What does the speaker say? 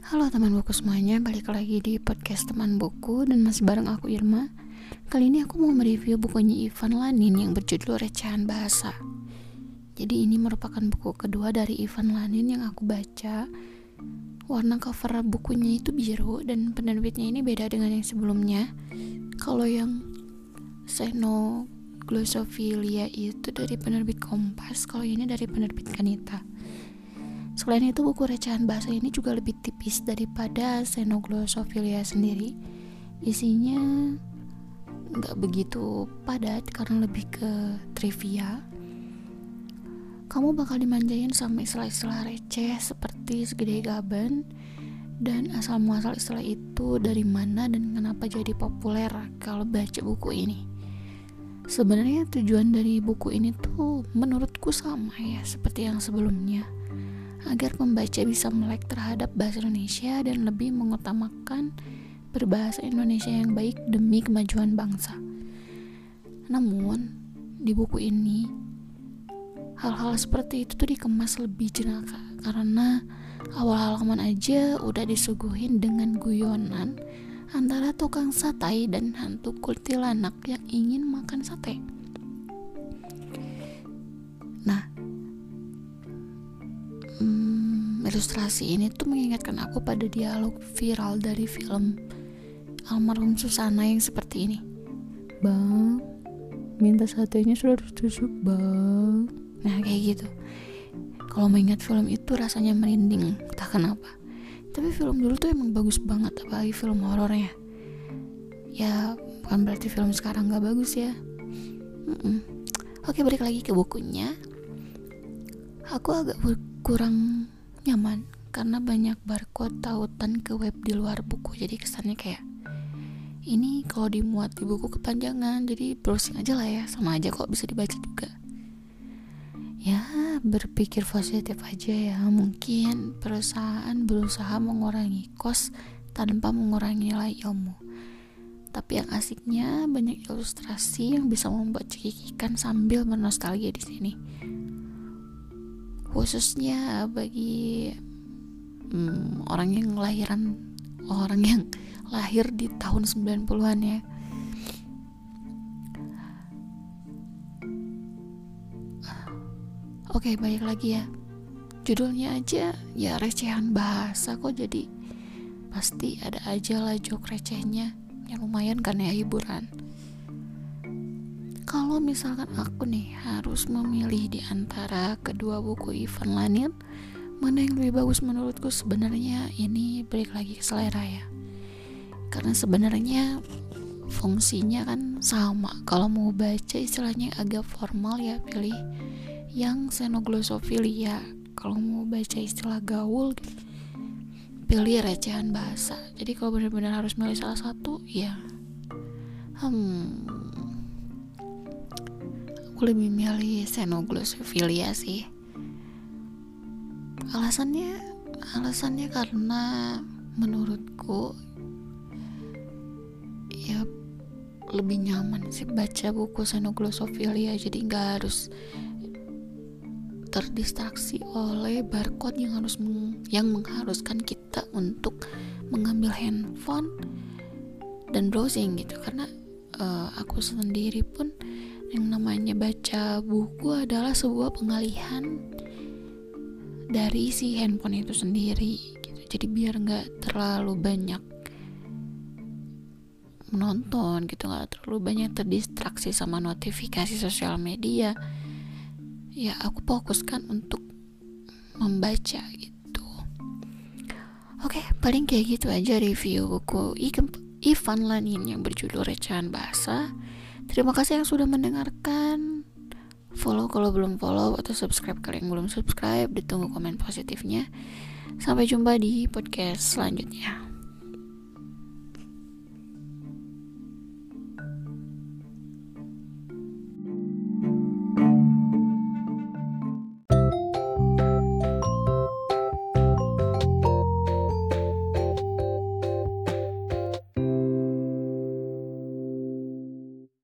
Halo teman buku semuanya, balik lagi di podcast teman buku dan masih bareng aku Irma. Kali ini aku mau mereview bukunya Ivan Lanin yang berjudul Recehan Bahasa. Jadi ini merupakan buku kedua dari Ivan Lanin yang aku baca. Warna cover bukunya itu biru dan penerbitnya ini beda dengan yang sebelumnya. Kalau yang Xenoglosophilia itu dari penerbit Kompas, kalau ini dari penerbit Kanita. Selain itu, buku Recehan Bahasa ini juga lebih tipis daripada Xenoglosophilia sendiri. Isinya nggak begitu padat karena lebih ke trivia. Kamu bakal dimanjain sama istilah-istilah receh seperti segede gaban dan asal-muasal istilah itu dari mana dan kenapa jadi populer kalau baca buku ini. Sebenarnya tujuan dari buku ini tuh menurutku sama ya seperti yang sebelumnya, agar pembaca bisa melek terhadap bahasa Indonesia dan lebih mengutamakan berbahasa Indonesia yang baik demi kemajuan bangsa. Namun, di buku ini, hal-hal seperti itu tuh dikemas lebih jenaka karena awal halaman aja udah disuguhin dengan guyonan antara tukang sate dan hantu kuntilanak yang ingin makan sate. Nah, ilustrasi ini tuh mengingatkan aku pada dialog viral dari film almarhum Susana yang seperti ini. Bang, minta satenya sudah ditusuk bang. Nah kayak gitu. Kalau mengingat film itu rasanya merinding, entah kenapa. Tapi film dulu tuh emang bagus banget, apalagi film horornya. Ya bukan berarti film sekarang gak bagus ya. Oke, balik lagi ke bukunya. Aku agak kurang nyaman karena banyak barcode tautan ke web di luar buku, jadi kesannya kayak ini kalau dimuat di buku kepanjangan, jadi browsing aja lah ya, sama aja kok bisa dibaca juga. Ya berpikir positif aja ya, mungkin perusahaan berusaha mengurangi kos tanpa mengurangi nilai ilmu. Tapi yang asiknya banyak ilustrasi yang bisa membuat cekikikan sambil bernostalgia di sini. Khususnya bagi orang yang lahir di tahun 90-an ya. Oke, balik lagi ya. Judulnya aja ya Recehan Bahasa, kok jadi pasti ada aja lah joke recehnya. Ya lumayan kan ya, hiburan. Kalau misalkan aku nih harus memilih di antara kedua buku Ivan Lanin, mana yang lebih bagus menurutku, sebenarnya ini balik lagi ke selera ya. Karena sebenarnya fungsinya kan sama. Kalau mau baca istilahnya agak formal ya pilih yang Xenoglosophilia. Kalau mau baca istilah gaul pilih Recehan Bahasa. Jadi kalau benar-benar harus milih salah satu ya aku lebih milih Xenoglosophilia sih. Alasannya karena menurutku ya lebih nyaman sih baca buku Xenoglosophilia, jadi nggak harus terdistraksi oleh barcode yang mengharuskan kita untuk mengambil handphone dan browsing gitu. Karena aku sendiri pun yang namanya baca buku adalah sebuah pengalihan dari si handphone itu sendiri gitu. Jadi biar gak terlalu banyak menonton gitu, gak terlalu banyak terdistraksi sama notifikasi sosial media, ya aku fokuskan untuk membaca gitu. Oke, paling kayak gitu aja review buku Ivan Lanin yang berjudul Recehan Bahasa. Terima kasih yang sudah mendengarkan. Follow kalau belum follow, atau subscribe kalau yang belum subscribe. Ditunggu komen positifnya. Sampai jumpa di podcast selanjutnya.